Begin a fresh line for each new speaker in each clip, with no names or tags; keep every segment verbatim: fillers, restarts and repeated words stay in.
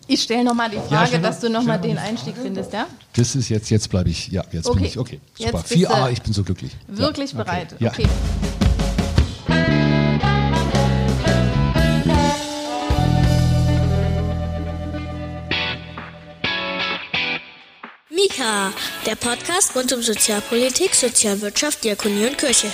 Ich stelle nochmal die Frage, ja, dass du nochmal den Einstieg findest, ja?
Das ist jetzt, jetzt bleibe ich, ja, jetzt
okay.
bin ich, okay, super.
Jetzt
vier A, ich bin so glücklich.
Wirklich
ja.
bereit,
okay.
okay. Ja.
Mika, der Podcast rund um Sozialpolitik, Sozialwirtschaft, Diakonie und Kirche.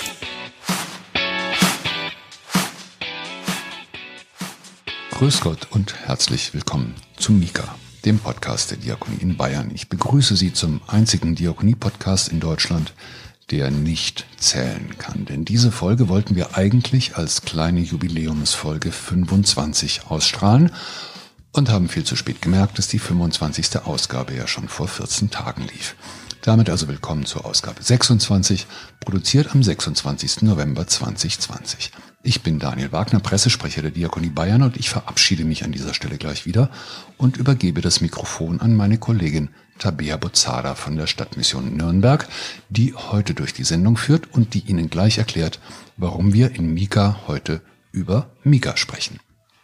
Grüß Gott und herzlich willkommen zu Mika, dem Podcast der Diakonie in Bayern. Ich begrüße Sie zum einzigen Diakonie-Podcast in Deutschland, der nicht zählen kann. Denn diese Folge wollten wir eigentlich als kleine Jubiläumsfolge fünfundzwanzig ausstrahlen und haben viel zu spät gemerkt, dass die fünfundzwanzigste Ausgabe ja schon vor vierzehn Tagen lief. Damit also willkommen zur Ausgabe sechsundzwanzig, produziert am sechsundzwanzigsten November zweitausendzwanzig. Ich bin Daniel Wagner, Pressesprecher der Diakonie Bayern, und ich verabschiede mich an dieser Stelle gleich wieder und übergebe das Mikrofon an meine Kollegin Tabea Bozada von der Stadtmission Nürnberg, die heute durch die Sendung führt und die Ihnen gleich erklärt, warum wir in Mika heute über Mika sprechen.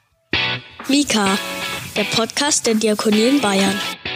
Mika, der Podcast der Diakonie in Bayern.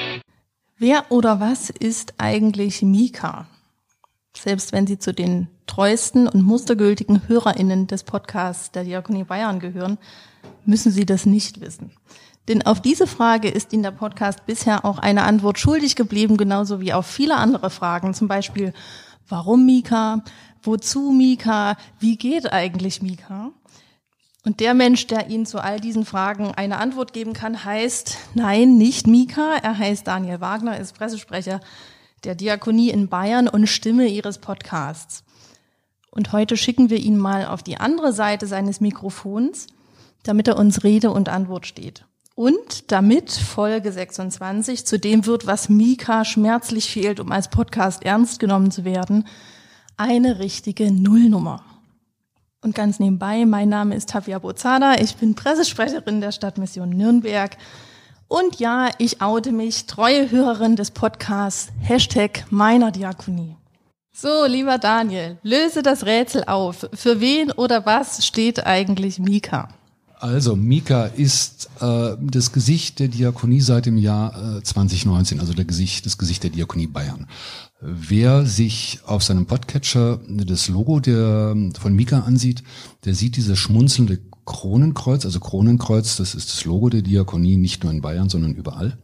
Wer oder was ist eigentlich Mika? Selbst wenn Sie zu den treuesten und mustergültigen HörerInnen des Podcasts der Diakonie Bayern gehören, müssen Sie das nicht wissen. Denn auf diese Frage ist Ihnen der Podcast bisher auch eine Antwort schuldig geblieben, genauso wie auf viele andere Fragen. Zum Beispiel, warum Mika? Wozu Mika? Wie geht eigentlich Mika? Und der Mensch, der Ihnen zu all diesen Fragen eine Antwort geben kann, heißt, nein, nicht Mika. Er heißt Daniel Wagner, ist Pressesprecher der Diakonie in Bayern und Stimme Ihres Podcasts. Und heute schicken wir ihn mal auf die andere Seite seines Mikrofons, damit er uns Rede und Antwort steht. Und damit Folge sechsundzwanzig zu dem wird, was Mika schmerzlich fehlt, um als Podcast ernst genommen zu werden, eine richtige Nullnummer. Und ganz nebenbei, mein Name ist Tabea Bozada, ich bin Pressesprecherin der Stadtmission Nürnberg. Und ja, ich oute mich, treue Hörerin des Podcasts, Hashtag meiner Diakonie. So, lieber Daniel, löse das Rätsel auf. Für wen oder was steht eigentlich Mika?
Also, Mika ist äh, das Gesicht der Diakonie seit dem Jahr äh, zwanzig neunzehn, also der Gesicht, das Gesicht der Diakonie Bayern. Wer sich auf seinem Podcatcher das Logo der von Mika ansieht, der sieht dieses schmunzelnde Kronenkreuz, also Kronenkreuz, das ist das Logo der Diakonie, nicht nur in Bayern, sondern überall.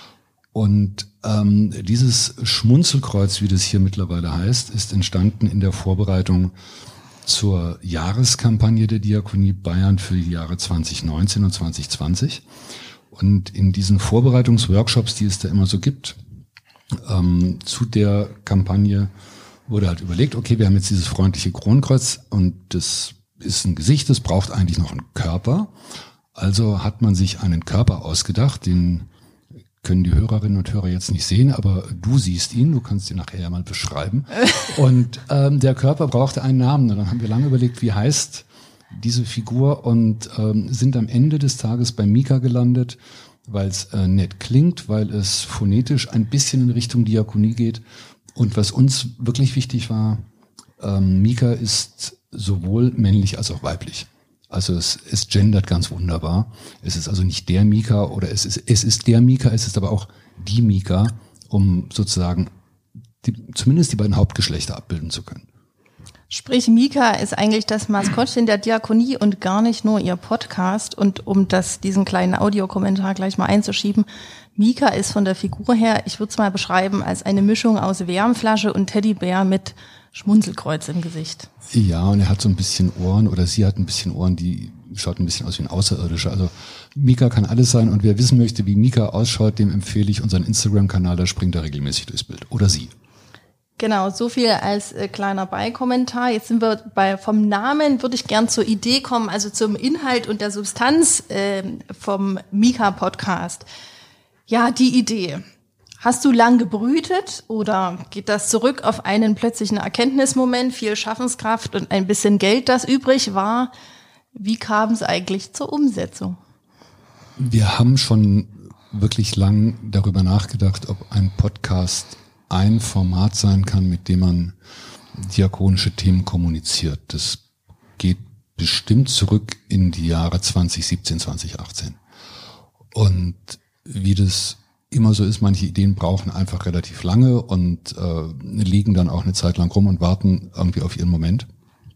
Und ähm, dieses Schmunzelkreuz, wie das hier mittlerweile heißt, ist entstanden in der Vorbereitung zur Jahreskampagne der Diakonie Bayern für die Jahre zwanzig neunzehn und zwanzig zwanzig. Und in diesen Vorbereitungsworkshops, die es da immer so gibt, ähm, zu der Kampagne wurde halt überlegt, okay, wir haben jetzt dieses freundliche Kronenkreuz und das ist ein Gesicht, das braucht eigentlich noch einen Körper. Also hat man sich einen Körper ausgedacht, den können die Hörerinnen und Hörer jetzt nicht sehen, aber du siehst ihn, du kannst ihn nachher ja mal beschreiben. Und ähm, der Körper brauchte einen Namen. Und dann haben wir lange überlegt, wie heißt diese Figur, und ähm, sind am Ende des Tages bei Mika gelandet, weil es äh, nett klingt, weil es phonetisch ein bisschen in Richtung Diakonie geht. Und was uns wirklich wichtig war, ähm, Mika ist sowohl männlich als auch weiblich. Also es, es gendert ganz wunderbar. Es ist also nicht der Mika oder es ist, es ist der Mika, es ist aber auch die Mika, um sozusagen die, zumindest die beiden Hauptgeschlechter abbilden zu können.
Sprich, Mika ist eigentlich das Maskottchen der Diakonie und gar nicht nur ihr Podcast. Und um das, diesen kleinen Audiokommentar gleich mal einzuschieben, Mika ist von der Figur her, ich würde es mal beschreiben, als eine Mischung aus Wärmflasche und Teddybär mit Schmunzelkreuz im Gesicht.
Ja, und er hat so ein bisschen Ohren, oder sie hat ein bisschen Ohren, die schaut ein bisschen aus wie ein Außerirdischer. Also Mika kann alles sein, und wer wissen möchte, wie Mika ausschaut, dem empfehle ich unseren Instagram-Kanal, da springt er regelmäßig durchs Bild. Oder sie.
Genau, so viel als äh, kleiner Beikommentar. Jetzt sind wir bei, vom Namen würde ich gern zur Idee kommen, also zum Inhalt und der Substanz äh, vom Mika-Podcast. Ja, die Idee. Hast du lang gebrütet oder geht das zurück auf einen plötzlichen Erkenntnismoment, viel Schaffenskraft und ein bisschen Geld, das übrig war? Wie kam es eigentlich zur Umsetzung?
Wir haben schon wirklich lang darüber nachgedacht, ob ein Podcast ein Format sein kann, mit dem man diakonische Themen kommuniziert. Das geht bestimmt zurück in die Jahre zwanzig siebzehn, zwanzig achtzehn. Und wie das immer so ist, manche Ideen brauchen einfach relativ lange und äh, liegen dann auch eine Zeit lang rum und warten irgendwie auf ihren Moment.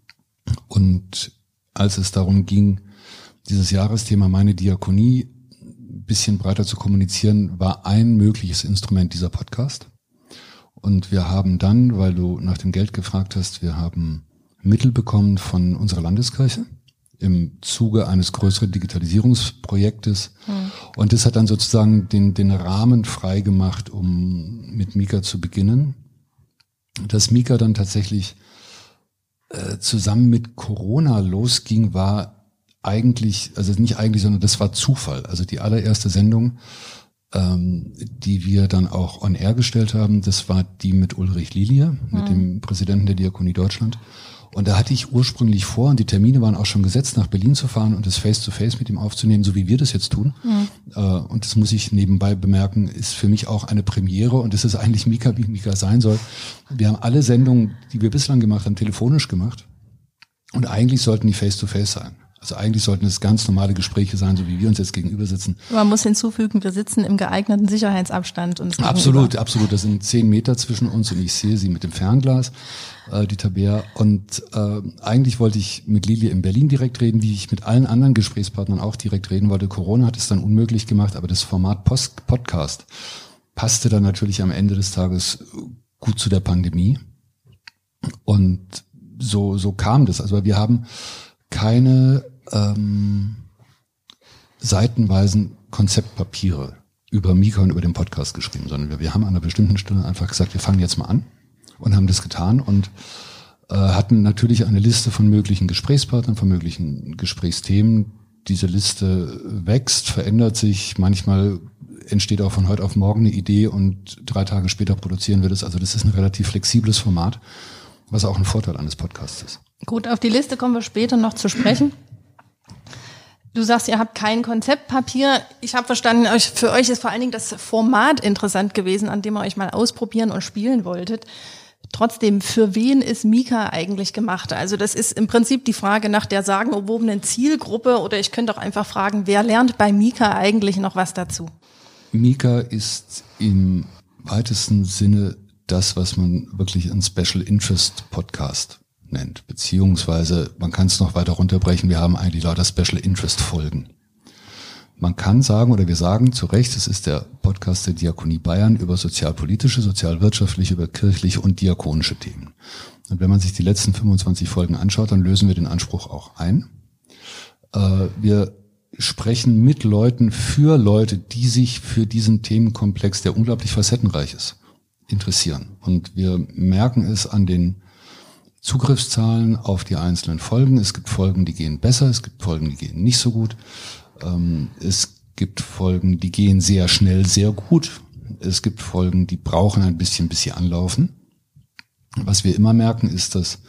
Und als es darum ging, dieses Jahresthema Meine Diakonie ein bisschen breiter zu kommunizieren, war ein mögliches Instrument dieser Podcast. Und wir haben dann, weil du nach dem Geld gefragt hast, wir haben Mittel bekommen von unserer Landeskirche im Zuge eines größeren Digitalisierungsprojektes. Hm. Und das hat dann sozusagen den, den Rahmen frei gemacht, um mit Mika zu beginnen. Dass Mika dann tatsächlich äh, zusammen mit Corona losging, war eigentlich, also nicht eigentlich, sondern das war Zufall. Also die allererste Sendung, ähm, die wir dann auch on air gestellt haben, das war die mit Ulrich Lilie, hm. mit dem Präsidenten der Diakonie Deutschland. Und da hatte ich ursprünglich vor, und die Termine waren auch schon gesetzt, nach Berlin zu fahren und das Face-to-Face mit ihm aufzunehmen, so wie wir das jetzt tun. Mhm. Äh, und das muss ich nebenbei bemerken, ist für mich auch eine Premiere und das ist eigentlich Mika, wie Mika sein soll. Wir haben alle Sendungen, die wir bislang gemacht haben, telefonisch gemacht und eigentlich sollten die Face-to-Face sein. Also eigentlich sollten es ganz normale Gespräche sein, so wie wir uns jetzt gegenüber sitzen.
Man muss hinzufügen, wir sitzen im geeigneten Sicherheitsabstand. Und
absolut, absolut. Das sind zehn Meter zwischen uns und ich sehe sie mit dem Fernglas, äh, die Tabea. Und äh, eigentlich wollte ich mit Lilie in Berlin direkt reden, wie ich mit allen anderen Gesprächspartnern auch direkt reden wollte. Corona hat es dann unmöglich gemacht, aber das Format Post- Podcast passte dann natürlich am Ende des Tages gut zu der Pandemie. Und so, so kam das. Also wir haben keine ähm, seitenweisen Konzeptpapiere über Mika und über den Podcast geschrieben, sondern wir, wir haben an einer bestimmten Stelle einfach gesagt, wir fangen jetzt mal an und haben das getan und äh, hatten natürlich eine Liste von möglichen Gesprächspartnern, von möglichen Gesprächsthemen. Diese Liste wächst, verändert sich, manchmal entsteht auch von heute auf morgen eine Idee und drei Tage später produzieren wir das. Also das ist ein relativ flexibles Format, was auch ein Vorteil eines Podcasts ist.
Gut, auf die Liste kommen wir später noch zu sprechen. Du sagst, ihr habt kein Konzeptpapier. Ich habe verstanden, für euch ist vor allen Dingen das Format interessant gewesen, an dem ihr euch mal ausprobieren und spielen wolltet. Trotzdem, für wen ist Mika eigentlich gemacht? Also das ist im Prinzip die Frage nach der sagenumwobenen Zielgruppe oder ich könnte auch einfach fragen, wer lernt bei Mika eigentlich noch was dazu?
Mika ist im weitesten Sinne das, was man wirklich ein Special Interest Podcast nennt, beziehungsweise man kann es noch weiter runterbrechen, wir haben eigentlich lauter Special Interest Folgen. Man kann sagen, oder wir sagen zu Recht, es ist der Podcast der Diakonie Bayern über sozialpolitische, sozialwirtschaftliche, über kirchliche und diakonische Themen. Und wenn man sich die letzten fünfundzwanzig Folgen anschaut, dann lösen wir den Anspruch auch ein. Äh, wir sprechen mit Leuten für Leute, die sich für diesen Themenkomplex, der unglaublich facettenreich ist, interessieren. Und wir merken es an den Zugriffszahlen auf die einzelnen Folgen. Es gibt Folgen, die gehen besser, es gibt Folgen, die gehen nicht so gut. Ähm, es gibt Folgen, die gehen sehr schnell, sehr gut. Es gibt Folgen, die brauchen ein bisschen, bis sie anlaufen. Was wir immer merken, ist, dass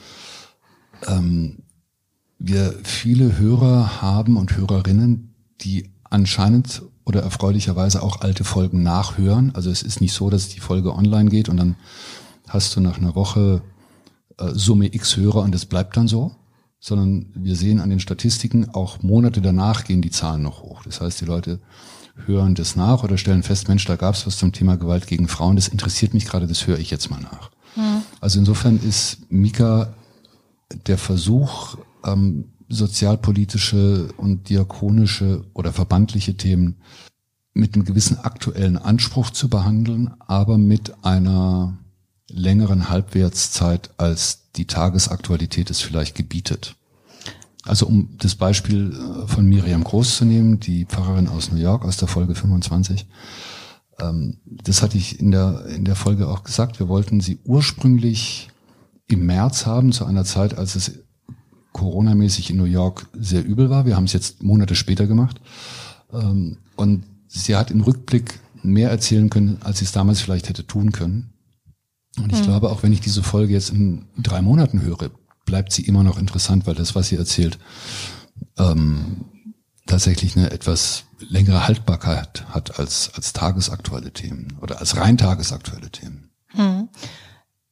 ähm, wir viele Hörer haben und Hörerinnen, die anscheinend oder erfreulicherweise auch alte Folgen nachhören. Also es ist nicht so, dass die Folge online geht und dann hast du nach einer Woche Summe X Hörer und das bleibt dann so, sondern wir sehen an den Statistiken, auch Monate danach gehen die Zahlen noch hoch. Das heißt, die Leute hören das nach oder stellen fest, Mensch, da gab es was zum Thema Gewalt gegen Frauen, das interessiert mich gerade, das höre ich jetzt mal nach. Mhm. Also insofern ist Mika der Versuch, ähm, sozialpolitische und diakonische oder verbandliche Themen mit einem gewissen aktuellen Anspruch zu behandeln, aber mit einer längeren Halbwertszeit, als die Tagesaktualität es vielleicht gebietet. Also um das Beispiel von Miriam Groß zu nehmen, die Pfarrerin aus New York, aus der Folge fünfundzwanzig. Ähm, das hatte ich in der, in der Folge auch gesagt. Wir wollten sie ursprünglich im März haben, zu einer Zeit, als es coronamäßig in New York sehr übel war. Wir haben es jetzt Monate später gemacht. Ähm, und sie hat im Rückblick mehr erzählen können, als sie es damals vielleicht hätte tun können. Und ich mhm. glaube, auch wenn ich diese Folge jetzt in drei Monaten höre, bleibt sie immer noch interessant, weil das, was sie erzählt, ähm, tatsächlich eine etwas längere Haltbarkeit hat als als tagesaktuelle Themen oder als rein tagesaktuelle Themen.
Mhm.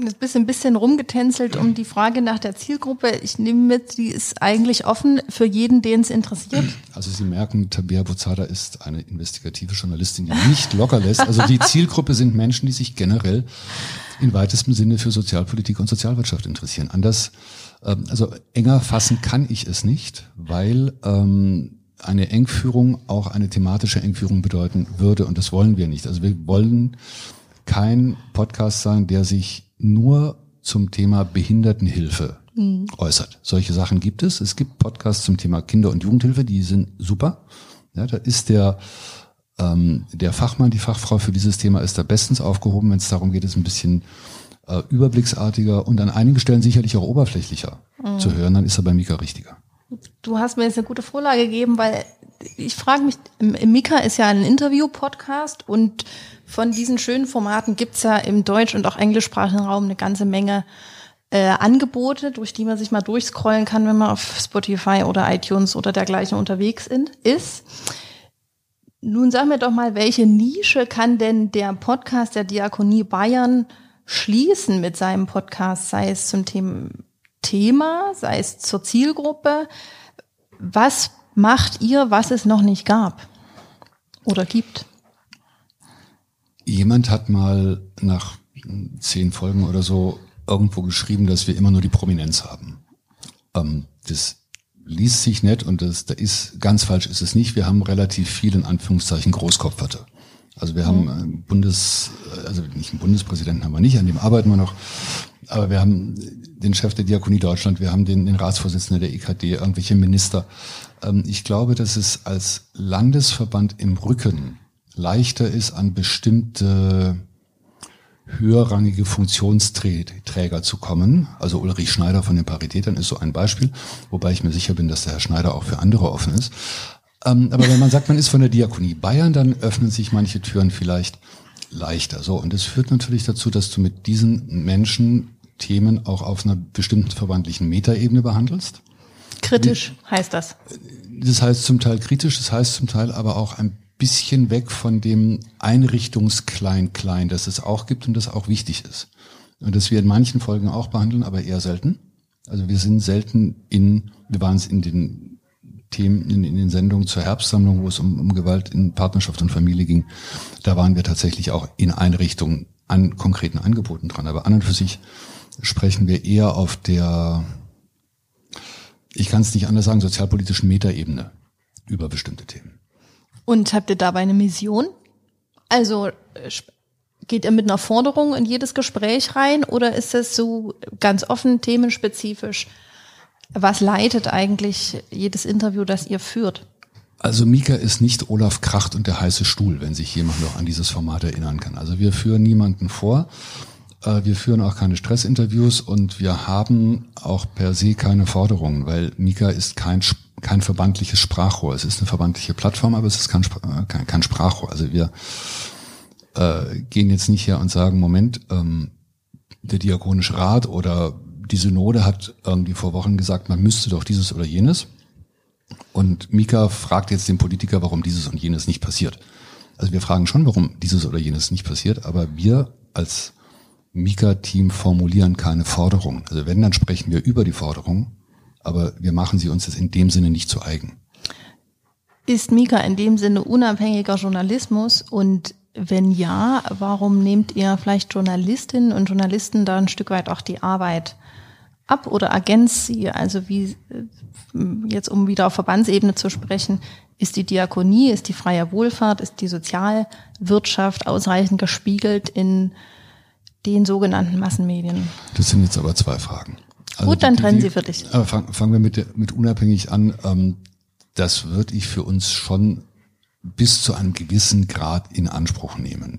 Jetzt bist du ein bisschen rumgetänzelt um die Frage nach der Zielgruppe. Ich nehme mit, die ist eigentlich offen für jeden, den es interessiert.
Also Sie merken, Tabea Bozada ist eine investigative Journalistin, die nicht locker lässt. Also die Zielgruppe sind Menschen, die sich generell in weitestem Sinne für Sozialpolitik und Sozialwirtschaft interessieren. Anders, ähm, also enger fassen kann ich es nicht, weil ähm, eine Engführung auch eine thematische Engführung bedeuten würde und das wollen wir nicht. Also wir wollen kein Podcast sein, der sich nur zum Thema Behindertenhilfe mhm. äußert. Solche Sachen gibt es. Es gibt Podcasts zum Thema Kinder- und Jugendhilfe, die sind super. Ja, da ist der ähm, der Fachmann, die Fachfrau für dieses Thema ist da bestens aufgehoben, wenn es darum geht, es ein bisschen äh, überblicksartiger und an einigen Stellen sicherlich auch oberflächlicher mhm. zu hören, dann ist er bei Mika richtiger.
Du hast mir jetzt eine gute Vorlage gegeben, weil ich frage mich, Mika ist ja ein Interview-Podcast und von diesen schönen Formaten gibt's ja im deutsch- und auch englischsprachigen Raum eine ganze Menge äh, Angebote, durch die man sich mal durchscrollen kann, wenn man auf Spotify oder iTunes oder dergleichen unterwegs in, ist. Nun sag mir doch mal, welche Nische kann denn der Podcast der Diakonie Bayern schließen mit seinem Podcast, sei es zum Thema Thema, sei es zur Zielgruppe. Was macht ihr, was es noch nicht gab oder gibt?
Jemand hat mal nach zehn Folgen oder so irgendwo geschrieben, dass wir immer nur die Prominenz haben. Ähm, das liest sich nett und das, da ist ganz falsch ist es nicht. Wir haben relativ viel in Anführungszeichen Großkopferte. Also wir haben einen Bundes, also nicht einen Bundespräsidenten haben wir nicht, an dem arbeiten wir noch. Aber wir haben den Chef der Diakonie Deutschland, wir haben den, den Ratsvorsitzenden der E K D, irgendwelche Minister. Ich glaube, dass es als Landesverband im Rücken leichter ist, an bestimmte höherrangige Funktionsträger zu kommen. Also Ulrich Schneider von den Paritätern ist so ein Beispiel, wobei ich mir sicher bin, dass der Herr Schneider auch für andere offen ist. Aber wenn man sagt, man ist von der Diakonie Bayern, dann öffnen sich manche Türen vielleicht leichter. So, und das führt natürlich dazu, dass du mit diesen Menschen Themen auch auf einer bestimmten verbandlichen Metaebene behandelst.
Kritisch heißt das.
Das heißt zum Teil kritisch, das heißt zum Teil aber auch ein bisschen weg von dem Einrichtungsklein-Klein, das es auch gibt und das auch wichtig ist. Und das wir in manchen Folgen auch behandeln, aber eher selten. Also wir sind selten in, wir waren es in den Themen, in, in den Sendungen zur Herbstsammlung, wo es um, um Gewalt in Partnerschaft und Familie ging. Da waren wir tatsächlich auch in Einrichtungen an konkreten Angeboten dran. Aber an und für sich sprechen wir eher auf der, ich kann es nicht anders sagen, sozialpolitischen Metaebene über bestimmte Themen.
Und habt ihr dabei eine Mission? Also geht ihr mit einer Forderung in jedes Gespräch rein oder ist es so ganz offen, themenspezifisch? Was leitet eigentlich jedes Interview, das ihr führt?
Also Mika ist nicht Olaf Kracht und der heiße Stuhl, wenn sich jemand noch an dieses Format erinnern kann. Also wir führen niemanden vor, wir führen auch keine Stressinterviews und wir haben auch per se keine Forderungen, weil Mika ist kein kein verbandliches Sprachrohr. Es ist eine verbandliche Plattform, aber es ist kein, kein, kein Sprachrohr. Also wir äh, gehen jetzt nicht her und sagen, Moment, ähm, der Diakonische Rat oder die Synode hat irgendwie vor Wochen gesagt, man müsste doch dieses oder jenes. Und Mika fragt jetzt den Politiker, warum dieses und jenes nicht passiert. Also wir fragen schon, warum dieses oder jenes nicht passiert, aber wir als Mika-Team formulieren keine Forderung. Also wenn, dann sprechen wir über die Forderung, aber wir machen sie uns jetzt in dem Sinne nicht zu eigen.
Ist Mika in dem Sinne unabhängiger Journalismus? Und wenn ja, warum nehmt ihr vielleicht Journalistinnen und Journalisten da ein Stück weit auch die Arbeit ab oder ergänzt sie? Also wie, jetzt um wieder auf Verbandsebene zu sprechen, ist die Diakonie, ist die freie Wohlfahrt, ist die Sozialwirtschaft ausreichend gespiegelt in den sogenannten Massenmedien?
Das sind jetzt aber zwei Fragen. Also
Gut, dann
die,
trennen
die,
Sie für dich.
Aber fangen fang wir mit, mit unabhängig an. Ähm, das würde ich für uns schon bis zu einem gewissen Grad in Anspruch nehmen.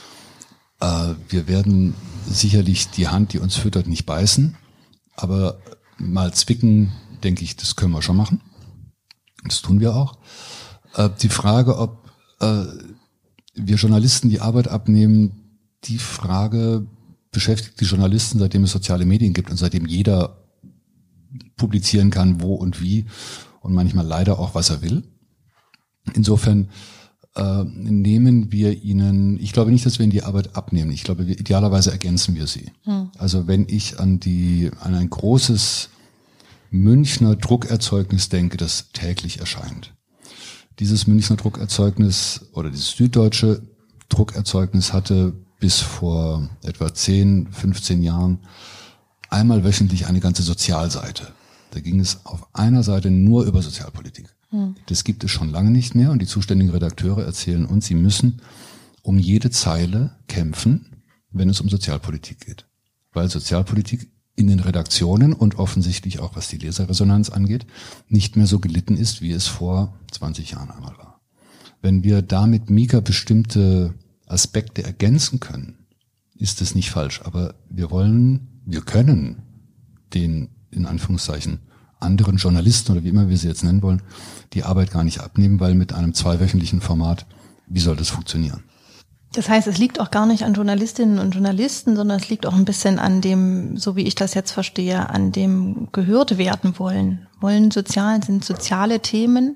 Äh, wir werden sicherlich die Hand, die uns füttert, nicht beißen, aber mal zwicken, denke ich, das können wir schon machen. Das tun wir auch. Äh, die Frage, ob äh, wir Journalisten die Arbeit abnehmen, die Frage beschäftigt die Journalisten, seitdem es soziale Medien gibt und seitdem jeder publizieren kann, wo und wie und manchmal leider auch, was er will. Insofern äh, nehmen wir ihnen, ich glaube nicht, dass wir ihnen die Arbeit abnehmen. Ich glaube, wir, idealerweise ergänzen wir sie. Hm. Also wenn ich an die an ein großes Münchner Druckerzeugnis denke, das täglich erscheint. Dieses Münchner Druckerzeugnis oder dieses süddeutsche Druckerzeugnis hatte bis vor etwa zehn, fünfzehn Jahren einmal wöchentlich eine ganze Sozialseite. Da ging es auf einer Seite nur über Sozialpolitik. Hm. Das gibt es schon lange nicht mehr und die zuständigen Redakteure erzählen uns, sie müssen um jede Zeile kämpfen, wenn es um Sozialpolitik geht. Weil Sozialpolitik in den Redaktionen und offensichtlich auch was die Leserresonanz angeht, nicht mehr so gelitten ist, wie es vor zwanzig Jahren einmal war. Wenn wir damit Mika bestimmte Aspekte ergänzen können, ist es nicht falsch. Aber wir wollen, wir können den, in Anführungszeichen, anderen Journalisten oder wie immer wir sie jetzt nennen wollen, die Arbeit gar nicht abnehmen, weil mit einem zweiwöchentlichen Format, wie soll das funktionieren?
Das heißt, es liegt auch gar nicht an Journalistinnen und Journalisten, sondern es liegt auch ein bisschen an dem, so wie ich das jetzt verstehe, an dem gehört werden wollen. Wollen sozial, sind soziale Themen.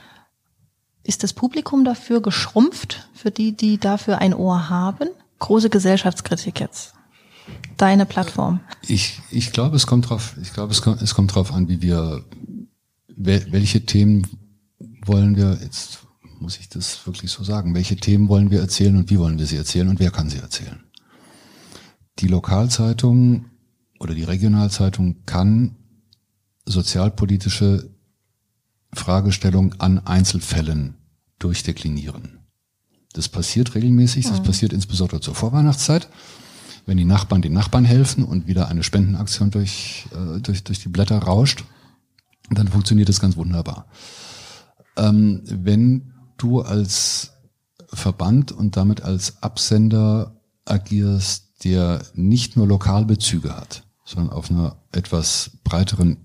Ist das Publikum dafür geschrumpft, für die, die dafür ein Ohr haben? Große Gesellschaftskritik jetzt. Deine Plattform.
Ich, ich glaube, es kommt drauf, ich glaube, es kommt, es kommt drauf an, wie wir, welche Themen wollen wir jetzt, muss ich das wirklich so sagen, welche Themen wollen wir erzählen und wie wollen wir sie erzählen und wer kann sie erzählen? Die Lokalzeitung oder die Regionalzeitung kann sozialpolitische Fragestellungen an Einzelfällen durchdeklinieren. Das passiert regelmäßig, das mhm. passiert insbesondere zur Vorweihnachtszeit, wenn die Nachbarn den Nachbarn helfen und wieder eine Spendenaktion durch, äh, durch, durch die Blätter rauscht, dann funktioniert das ganz wunderbar. Ähm, wenn du als Verband und damit als Absender agierst, der nicht nur Lokalbezüge hat, sondern auf einer etwas breiteren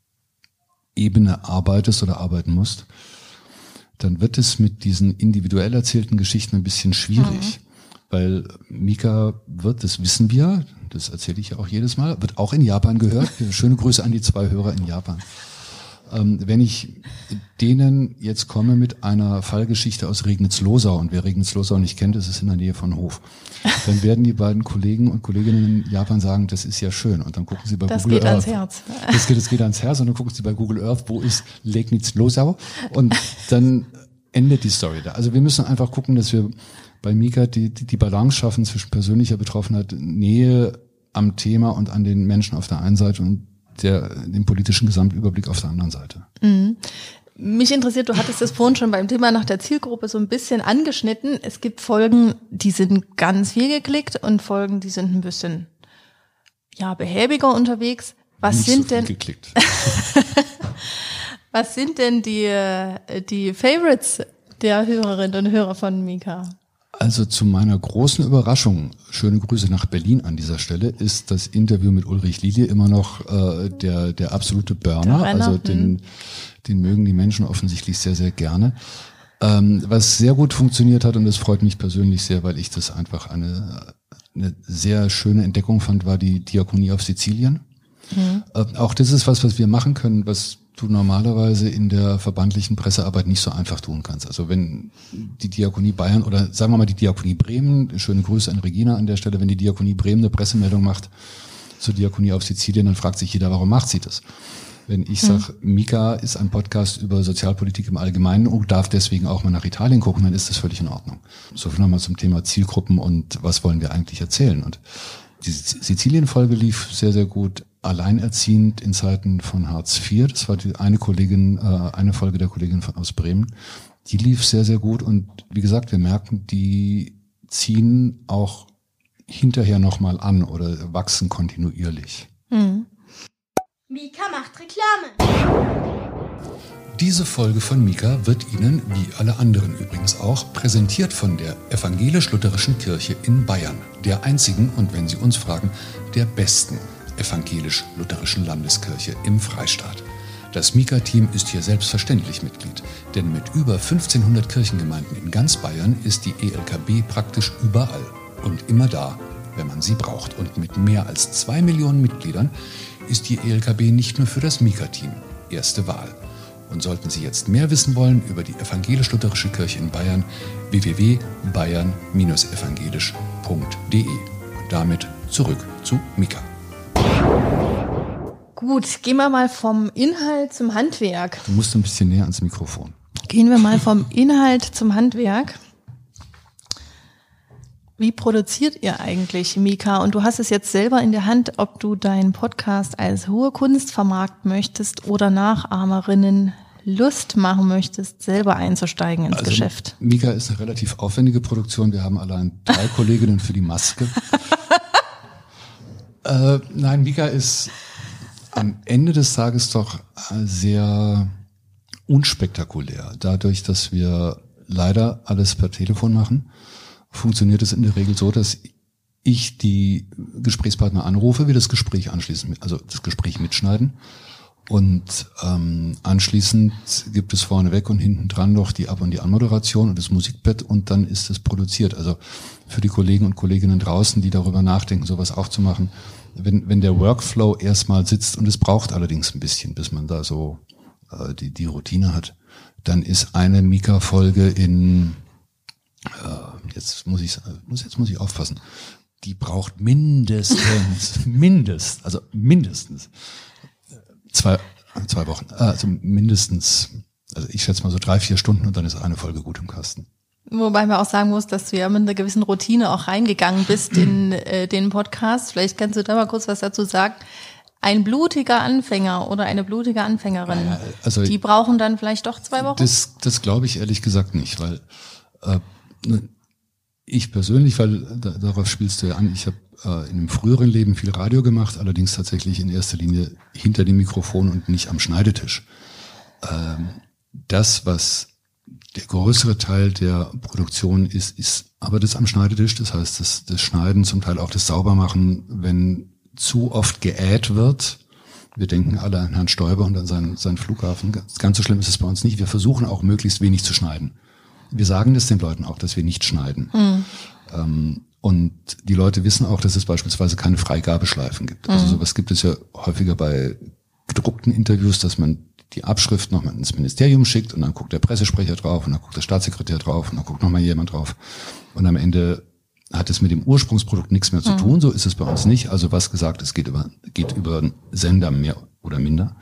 Ebene arbeitest oder arbeiten musst, dann wird es mit diesen individuell erzählten Geschichten ein bisschen schwierig. Mhm. Weil Mika wird, das wissen wir, das erzähle ich ja auch jedes Mal, wird auch in Japan gehört. Schöne Grüße an die zwei Hörer in Japan. Ähm, wenn ich denen jetzt komme mit einer Fallgeschichte aus Regnitz-Losau, und wer Regnitz-Losau nicht kennt, das ist in der Nähe von Hof, dann werden die beiden Kollegen und Kolleginnen in Japan sagen, das ist ja schön. Und dann gucken sie bei
das
Google Earth.
Das geht ans Herz.
Das geht, das geht ans Herz und dann gucken sie bei Google Earth, wo ist Regnitz-Losau? Und dann endet die Story da. Also wir müssen einfach gucken, dass wir bei Mika die, die, die Balance schaffen zwischen persönlicher Betroffenheit, Nähe am Thema und an den Menschen auf der einen Seite und der, dem politischen Gesamtüberblick auf der anderen Seite.
Mhm. Mich interessiert, du hattest das vorhin schon beim Thema nach der Zielgruppe so ein bisschen angeschnitten. Es gibt Folgen, die sind ganz viel geklickt und Folgen, die sind ein bisschen, ja, behäbiger unterwegs. Was
Nicht
sind
so viel
denn,
geklickt.
Was sind denn die, die Favorites der Hörerinnen und Hörer von Mika?
Also zu meiner großen Überraschung, schöne Grüße nach Berlin an dieser Stelle, ist das Interview mit Ulrich Lilie immer noch äh, der der absolute Burner. Der also den, hm. den mögen die Menschen offensichtlich sehr, sehr gerne. Ähm, was sehr gut funktioniert hat, und das freut mich persönlich sehr, weil ich das einfach eine, eine sehr schöne Entdeckung fand, war die Diakonie auf Sizilien. Hm. Äh, auch das ist was, was wir machen können, was du normalerweise in der verbandlichen Pressearbeit nicht so einfach tun kannst. Also wenn die Diakonie Bayern oder sagen wir mal die Diakonie Bremen, schöne Grüße an Regina an der Stelle, wenn die Diakonie Bremen eine Pressemeldung macht zur Diakonie auf Sizilien, dann fragt sich jeder, warum macht sie das? Wenn ich sage, hm. Mika ist ein Podcast über Sozialpolitik im Allgemeinen und darf deswegen auch mal nach Italien gucken, dann ist das völlig in Ordnung. So viel nochmal zum Thema Zielgruppen und was wollen wir eigentlich erzählen. Und die Sizilien-Folge lief sehr, sehr gut. Alleinerziehend in Zeiten von Hartz vier, das war die eine Kollegin, äh, eine Folge der Kollegin von, aus Bremen, die lief sehr, sehr gut und wie gesagt, wir merken, die ziehen auch hinterher nochmal an oder wachsen kontinuierlich.
Mhm. Mika macht Reklame.
Diese Folge von Mika wird Ihnen, wie alle anderen übrigens auch, präsentiert von der Evangelisch-Lutherischen Kirche in Bayern, der einzigen und wenn Sie uns fragen, der besten evangelisch-lutherischen Landeskirche im Freistaat. Das Mika-Team ist hier selbstverständlich Mitglied, denn mit über fünfzehnhundert Kirchengemeinden in ganz Bayern ist die E L K B praktisch überall und immer da, wenn man sie braucht. Und mit mehr als zwei Millionen Mitgliedern ist die E L K B nicht nur für das Mika-Team erste Wahl. Und sollten Sie jetzt mehr wissen wollen über die evangelisch-lutherische Kirche in Bayern, w w w punkt bayern Bindestrich evangelisch punkt d e. Und damit zurück zu Mika.
Gut, gehen wir mal vom Inhalt zum Handwerk.
Du musst ein bisschen näher ans Mikrofon.
Gehen wir mal vom Inhalt zum Handwerk. Wie produziert ihr eigentlich, Mika? Und du hast es jetzt selber in der Hand, ob du deinen Podcast als hohe Kunst vermarkten möchtest oder Nachahmerinnen Lust machen möchtest, selber einzusteigen ins
also,
Geschäft.
Mika ist eine relativ aufwendige Produktion. Wir haben allein drei Kolleginnen für die Maske. äh, nein, Mika ist am Ende des Tages doch sehr unspektakulär. Dadurch, dass wir leider alles per Telefon machen, funktioniert es in der Regel so, dass ich die Gesprächspartner anrufe, wir das Gespräch anschließen, also das Gespräch mitschneiden und ähm, anschließend gibt es vorneweg und hinten dran noch die Ab- und die Anmoderation und das Musikbett und dann ist es produziert. Also für die Kollegen und Kolleginnen draußen, die darüber nachdenken, sowas auch zu machen, wenn wenn der Workflow erstmal sitzt und es braucht allerdings ein bisschen, bis man da so äh, die die Routine hat, dann ist eine Mika-Folge in äh, jetzt muss ich muss jetzt muss ich aufpassen. Die braucht mindestens mindest also mindestens zwei zwei Wochen also mindestens also ich schätze mal so drei vier Stunden und dann ist eine Folge gut im Kasten.
Wobei man auch sagen muss, dass du ja mit einer gewissen Routine auch reingegangen bist in äh, den Podcast. Vielleicht kannst du da mal kurz was dazu sagen. Ein blutiger Anfänger oder eine blutige Anfängerin, ja, also die brauchen dann vielleicht doch zwei Wochen?
Das, das glaube ich ehrlich gesagt nicht, weil äh, ich persönlich, weil da, darauf spielst du ja an, ich habe äh, in einem früheren Leben viel Radio gemacht, allerdings tatsächlich in erster Linie hinter dem Mikrofon und nicht am Schneidetisch. Ähm, das, was der größere Teil der Produktion ist, ist aber das am Schneidetisch, das heißt das, das Schneiden, zum Teil auch das Saubermachen, wenn zu oft geäht wird. Wir denken alle an Herrn Stoiber und an seinen, seinen Flughafen. Ganz so schlimm ist es bei uns nicht. Wir versuchen auch möglichst wenig zu schneiden. Wir sagen das den Leuten auch, dass wir nicht schneiden. Mhm. Ähm, und die Leute wissen auch, dass es beispielsweise keine Freigabeschleifen gibt. Also sowas gibt es ja häufiger bei gedruckten Interviews, dass man die Abschrift nochmal ins Ministerium schickt und dann guckt der Pressesprecher drauf und dann guckt der Staatssekretär drauf und dann guckt nochmal jemand drauf. Und am Ende hat es mit dem Ursprungsprodukt nichts mehr zu tun. So ist es bei uns nicht. Also was gesagt, es geht über geht über einen Sender mehr oder minder.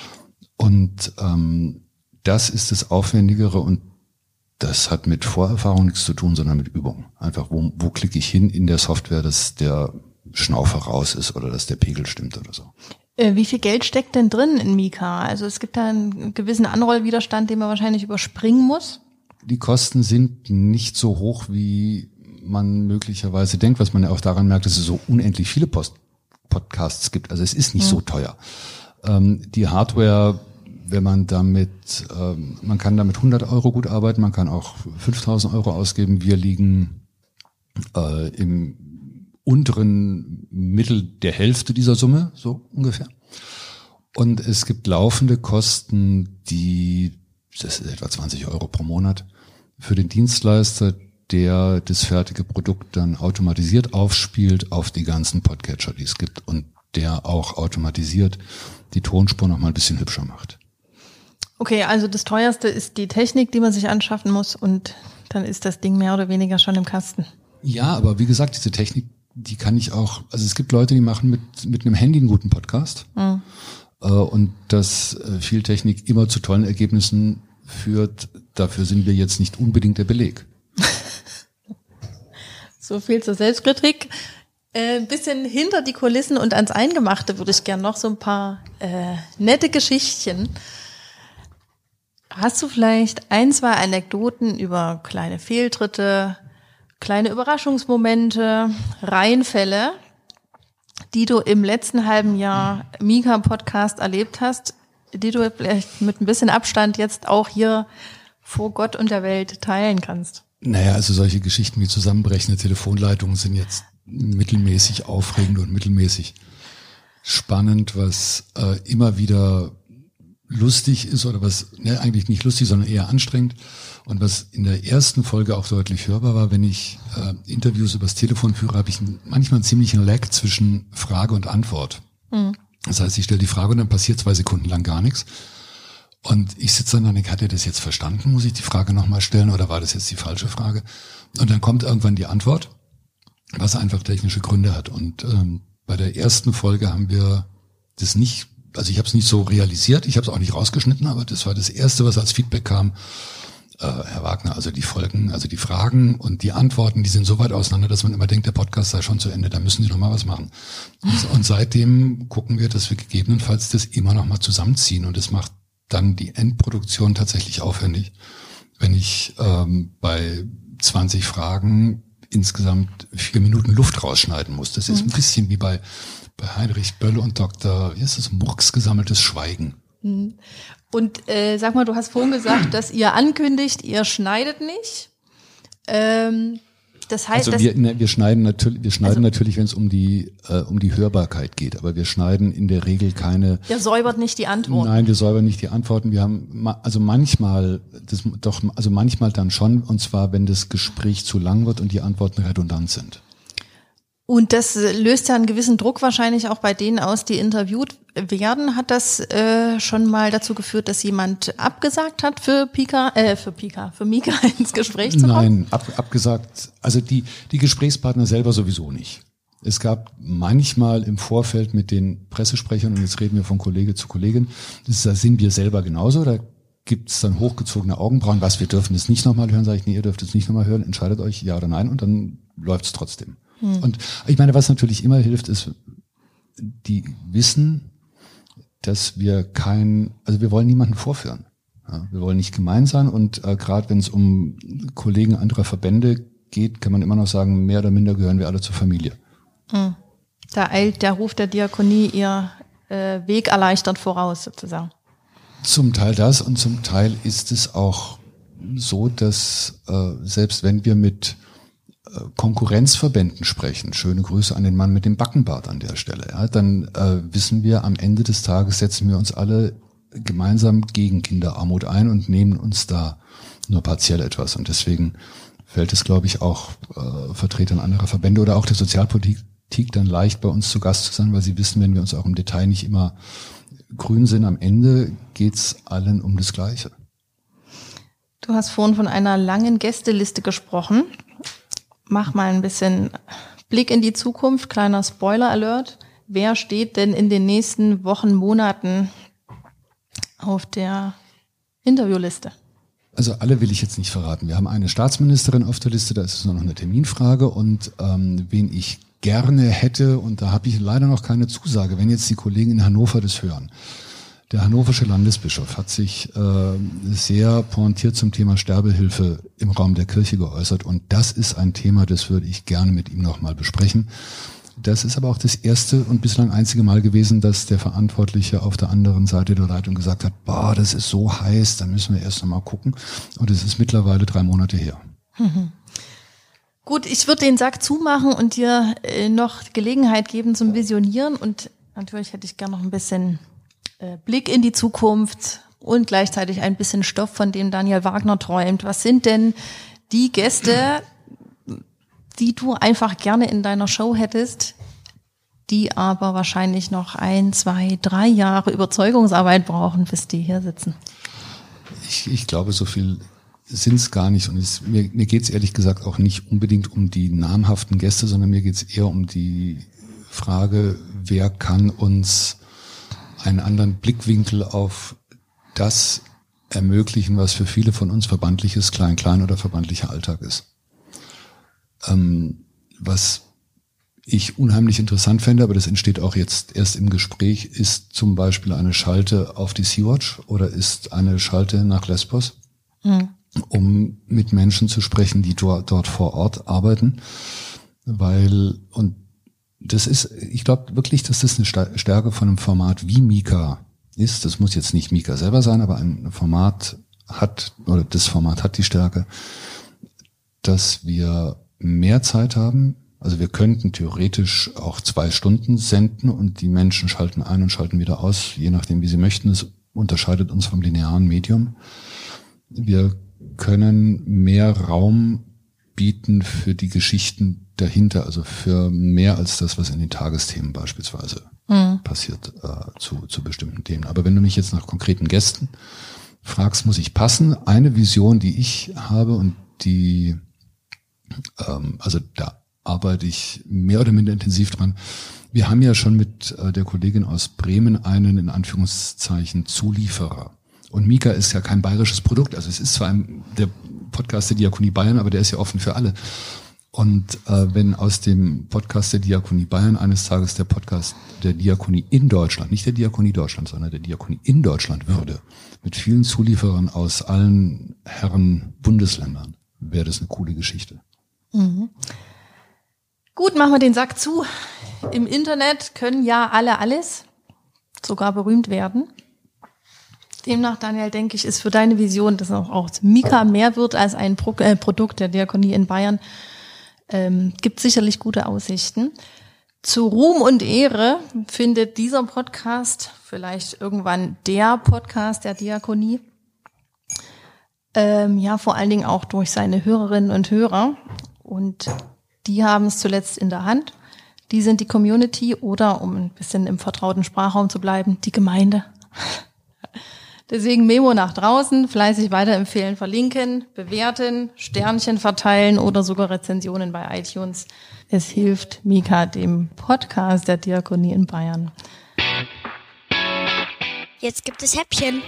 Und ähm, das ist das Aufwendigere und das hat mit Vorerfahrung nichts zu tun, sondern mit Übung. Einfach, wo, wo klicke ich hin in der Software, dass der Schnaufer raus ist oder dass der Pegel stimmt oder so.
Wie viel Geld steckt denn drin in Mika? Also es gibt da einen gewissen Anrollwiderstand, den man wahrscheinlich überspringen muss.
Die Kosten sind nicht so hoch, wie man möglicherweise denkt, was man ja auch daran merkt, dass es so unendlich viele Post- Podcasts gibt. Also es ist nicht mhm. so teuer. Ähm, die Hardware, wenn man damit, ähm, man kann damit hundert Euro gut arbeiten, man kann auch fünftausend Euro ausgeben. Wir liegen äh, im unteren Mittel der Hälfte dieser Summe, so ungefähr. Und es gibt laufende Kosten, die, das ist etwa zwanzig Euro pro Monat, für den Dienstleister, der das fertige Produkt dann automatisiert aufspielt auf die ganzen Podcatcher, die es gibt und der auch automatisiert die Tonspur noch mal ein bisschen hübscher macht.
Okay, also das teuerste ist die Technik, die man sich anschaffen muss und dann ist das Ding mehr oder weniger schon im Kasten.
Ja, aber wie gesagt, diese Technik, die kann ich auch, also es gibt Leute, die machen mit mit einem Handy einen guten Podcast mhm. äh, und dass äh, viel Technik immer zu tollen Ergebnissen führt, dafür sind wir jetzt nicht unbedingt der Beleg.
So viel zur Selbstkritik. Äh, ein bisschen hinter die Kulissen und ans Eingemachte würde ich gern noch so ein paar äh, nette Geschichtchen. Hast du vielleicht ein, zwei Anekdoten über kleine Fehltritte, kleine Überraschungsmomente, Reinfälle, die du im letzten halben Jahr Mika-Podcast erlebt hast, die du vielleicht mit ein bisschen Abstand jetzt auch hier vor Gott und der Welt teilen kannst?
Naja, also solche Geschichten wie zusammenbrechende Telefonleitungen sind jetzt mittelmäßig aufregend und mittelmäßig spannend, was äh, immer wieder lustig ist oder was ne, eigentlich nicht lustig, sondern eher anstrengend und was in der ersten Folge auch deutlich hörbar war, wenn ich äh, Interviews übers Telefon führe, habe ich manchmal einen ziemlichen Lag zwischen Frage und Antwort. Mhm. Das heißt, ich stelle die Frage und dann passiert zwei Sekunden lang gar nichts. Und ich sitze dann und denke, hat er das jetzt verstanden? Muss ich die Frage nochmal stellen oder war das jetzt die falsche Frage? Und dann kommt irgendwann die Antwort, was einfach technische Gründe hat. Und ähm, bei der ersten Folge haben wir das nicht also ich habe es nicht so realisiert, ich habe es auch nicht rausgeschnitten, aber das war das Erste, was als Feedback kam. Äh, Herr Wagner, also die Folgen, also die Fragen und die Antworten, die sind so weit auseinander, dass man immer denkt, der Podcast sei schon zu Ende, da müssen Sie noch mal was machen. Und, und seitdem gucken wir, dass wir gegebenenfalls das immer noch mal zusammenziehen und das macht dann die Endproduktion tatsächlich aufwendig, wenn ich ähm, bei zwanzig Fragen insgesamt vier Minuten Luft rausschneiden muss. Das ist ein bisschen wie bei, bei Heinrich Böll und Doktor, wie ist das, Murks gesammeltes Schweigen.
Und äh, sag mal, du hast vorhin gesagt, dass ihr ankündigt, ihr schneidet nicht. Ähm, das heißt,
also
dass
wir, ne, wir schneiden natürlich, wir schneiden also, natürlich, wenn es um die äh, um die Hörbarkeit geht, aber wir schneiden in der Regel keine.
Ihr säubert nicht die Antworten.
Nein, wir säubern nicht die Antworten. Wir haben ma, also manchmal, das doch, also manchmal dann schon, und zwar wenn das Gespräch zu lang wird und die Antworten redundant sind.
Und das löst ja einen gewissen Druck wahrscheinlich auch bei denen aus, die interviewt werden. Hat das äh, schon mal dazu geführt, dass jemand abgesagt hat für Pika, äh, für Pika, für Mika ins Gespräch zu kommen?
Nein, ab, abgesagt. Also die die Gesprächspartner selber sowieso nicht. Es gab manchmal im Vorfeld mit den Pressesprechern, und jetzt reden wir von Kollege zu Kollegin, das, da sind wir selber genauso, da gibt's dann hochgezogene Augenbrauen, was, wir dürfen das nicht nochmal hören, sage ich, nee, ihr dürft es nicht nochmal hören, entscheidet euch ja oder nein, und dann läuft's trotzdem. Hm. Und ich meine, was natürlich immer hilft, ist, die wissen, dass wir kein, also wir wollen niemanden vorführen. Ja, wir wollen nicht gemein sein, und äh, gerade wenn es um Kollegen anderer Verbände geht, kann man immer noch sagen, mehr oder minder gehören wir alle zur Familie.
Hm. Da eilt der Ruf der Diakonie ihr äh, Weg erleichtert voraus, sozusagen.
Zum Teil das, und zum Teil ist es auch so, dass äh, selbst wenn wir mit äh, Konkurrenzverbänden sprechen, schöne Grüße an den Mann mit dem Backenbart an der Stelle, ja, dann äh, wissen wir, am Ende des Tages setzen wir uns alle gemeinsam gegen Kinderarmut ein und nehmen uns da nur partiell etwas. Und deswegen fällt es, glaube ich, auch äh, Vertretern anderer Verbände oder auch der Sozialpolitik dann leicht, bei uns zu Gast zu sein, weil sie wissen, wenn wir uns auch im Detail nicht immer grün sind, am Ende geht's allen um das Gleiche.
Du hast vorhin von einer langen Gästeliste gesprochen. Mach mal ein bisschen Blick in die Zukunft, kleiner Spoiler-Alert. Wer steht denn in den nächsten Wochen, Monaten auf der Interviewliste?
Also alle will ich jetzt nicht verraten. Wir haben eine Staatsministerin auf der Liste, da ist es nur noch eine Terminfrage, und ähm, wen ich gerne hätte, und da habe ich leider noch keine Zusage, wenn jetzt die Kollegen in Hannover das hören. Der hannoversche Landesbischof hat sich äh, sehr pointiert zum Thema Sterbehilfe im Raum der Kirche geäußert, und das ist ein Thema, das würde ich gerne mit ihm nochmal besprechen. Das ist aber auch das erste und bislang einzige Mal gewesen, dass der Verantwortliche auf der anderen Seite der Leitung gesagt hat, boah, das ist so heiß, da müssen wir erst noch mal gucken. Und es ist mittlerweile drei Monate her.
Mhm. Gut, ich würde den Sack zumachen und dir äh, noch Gelegenheit geben zum Visionieren. Und natürlich hätte ich gerne noch ein bisschen äh, Blick in die Zukunft und gleichzeitig ein bisschen Stoff, von dem Daniel Wagner träumt. Was sind denn die Gäste, die du einfach gerne in deiner Show hättest, die aber wahrscheinlich noch ein, zwei, drei Jahre Überzeugungsarbeit brauchen, bis die hier sitzen?
Ich, ich glaube, so viel sind es gar nicht. Und es, mir, mir geht es ehrlich gesagt auch nicht unbedingt um die namhaften Gäste, sondern mir geht es eher um die Frage, wer kann uns einen anderen Blickwinkel auf das ermöglichen, was für viele von uns verbandliches Klein-Klein oder verbandlicher Alltag ist. Ähm, was ich unheimlich interessant fände, aber das entsteht auch jetzt erst im Gespräch, ist zum Beispiel eine Schalte auf die Sea-Watch oder ist eine Schalte nach Lesbos, mhm. um mit Menschen zu sprechen, die dort, dort vor Ort arbeiten, weil, und das ist, ich glaube wirklich, dass das eine Stärke von einem Format wie Mika ist. Das muss jetzt nicht Mika selber sein, aber ein Format hat, oder das Format hat die Stärke, dass wir mehr Zeit haben. Also wir könnten theoretisch auch zwei Stunden senden und die Menschen schalten ein und schalten wieder aus, je nachdem, wie sie möchten. Das unterscheidet uns vom linearen Medium. Wir können mehr Raum bieten für die Geschichten dahinter, also für mehr als das, was in den Tagesthemen beispielsweise mhm. passiert äh, zu, zu bestimmten Themen. Aber wenn du mich jetzt nach konkreten Gästen fragst, muss ich passen. Eine Vision, die ich habe und die Also da arbeite ich mehr oder minder intensiv dran, Wir haben ja schon mit äh, der Kollegin aus Bremen einen, in Anführungszeichen, Zulieferer. Und Mika ist ja kein bayerisches Produkt. Also es ist zwar ein, der Podcast der Diakonie Bayern, aber der ist ja offen für alle. Und äh, wenn aus dem Podcast der Diakonie Bayern eines Tages der Podcast der Diakonie in Deutschland, nicht der Diakonie Deutschland, sondern der Diakonie in Deutschland würde, mit vielen Zulieferern aus allen Herren Bundesländern, wäre das eine coole Geschichte.
Mhm. Gut, machen wir den Sack zu. Im Internet können ja alle alles, sogar berühmt werden. Demnach, Daniel, denke ich, ist für deine Vision, dass auch, auch Mika mehr wird als ein Pro- äh, Produkt der Diakonie in Bayern, ähm, gibt sicherlich gute Aussichten. Zu Ruhm und Ehre findet dieser Podcast, vielleicht irgendwann der Podcast der Diakonie, ähm, ja vor allen Dingen auch durch seine Hörerinnen und Hörer. Und die haben es zuletzt in der Hand. Die sind die Community oder, um ein bisschen im vertrauten Sprachraum zu bleiben, die Gemeinde. Deswegen Memo nach draußen, fleißig weiterempfehlen, verlinken, bewerten, Sternchen verteilen oder sogar Rezensionen bei iTunes. Es hilft Mika, dem Podcast der Diakonie in Bayern.
Jetzt gibt es Häppchen.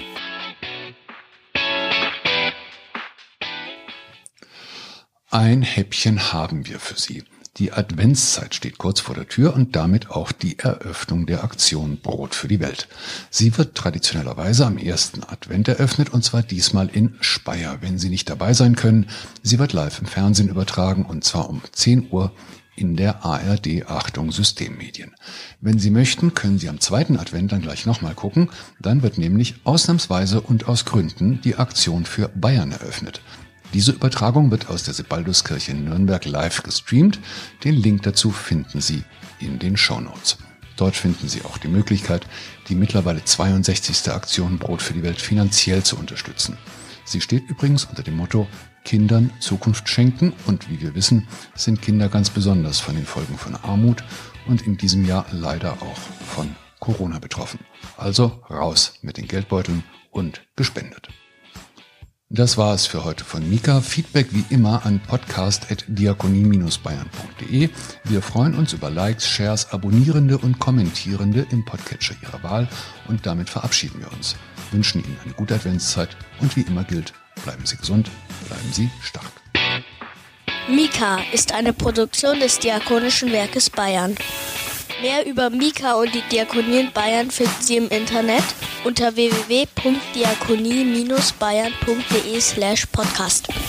Ein Häppchen haben wir für Sie. Die Adventszeit steht kurz vor der Tür und damit auch die Eröffnung der Aktion Brot für die Welt. Sie wird traditionellerweise am ersten Advent eröffnet und zwar diesmal in Speyer. Wenn Sie nicht dabei sein können, sie wird live im Fernsehen übertragen und zwar um zehn Uhr in der A R D Achtung Systemmedien. Wenn Sie möchten, können Sie am zweiten Advent dann gleich nochmal gucken. Dann wird nämlich ausnahmsweise und aus Gründen die Aktion für Bayern eröffnet. Diese Übertragung wird aus der Sebalduskirche in Nürnberg live gestreamt. Den Link dazu finden Sie in den Shownotes. Dort finden Sie auch die Möglichkeit, die mittlerweile zweiundsechzigste Aktion Brot für die Welt finanziell zu unterstützen. Sie steht übrigens unter dem Motto Kindern Zukunft schenken und wie wir wissen, sind Kinder ganz besonders von den Folgen von Armut und in diesem Jahr leider auch von Corona betroffen. Also raus mit den Geldbeuteln und gespendet. Das war es für heute von Mika. Feedback wie immer an podcast at diakonie Bindestrich bayern punkt de. Wir freuen uns über Likes, Shares, Abonnierende und Kommentierende im Podcatcher Ihrer Wahl und damit verabschieden wir uns. Wünschen Ihnen eine gute Adventszeit und wie immer gilt, bleiben Sie gesund, bleiben Sie stark.
Mika ist eine Produktion des Diakonischen Werkes Bayern. Mehr über Mika und die Diakonie in Bayern finden Sie im Internet unter w w w punkt diakonie Bindestrich bayern punkt de slash podcast.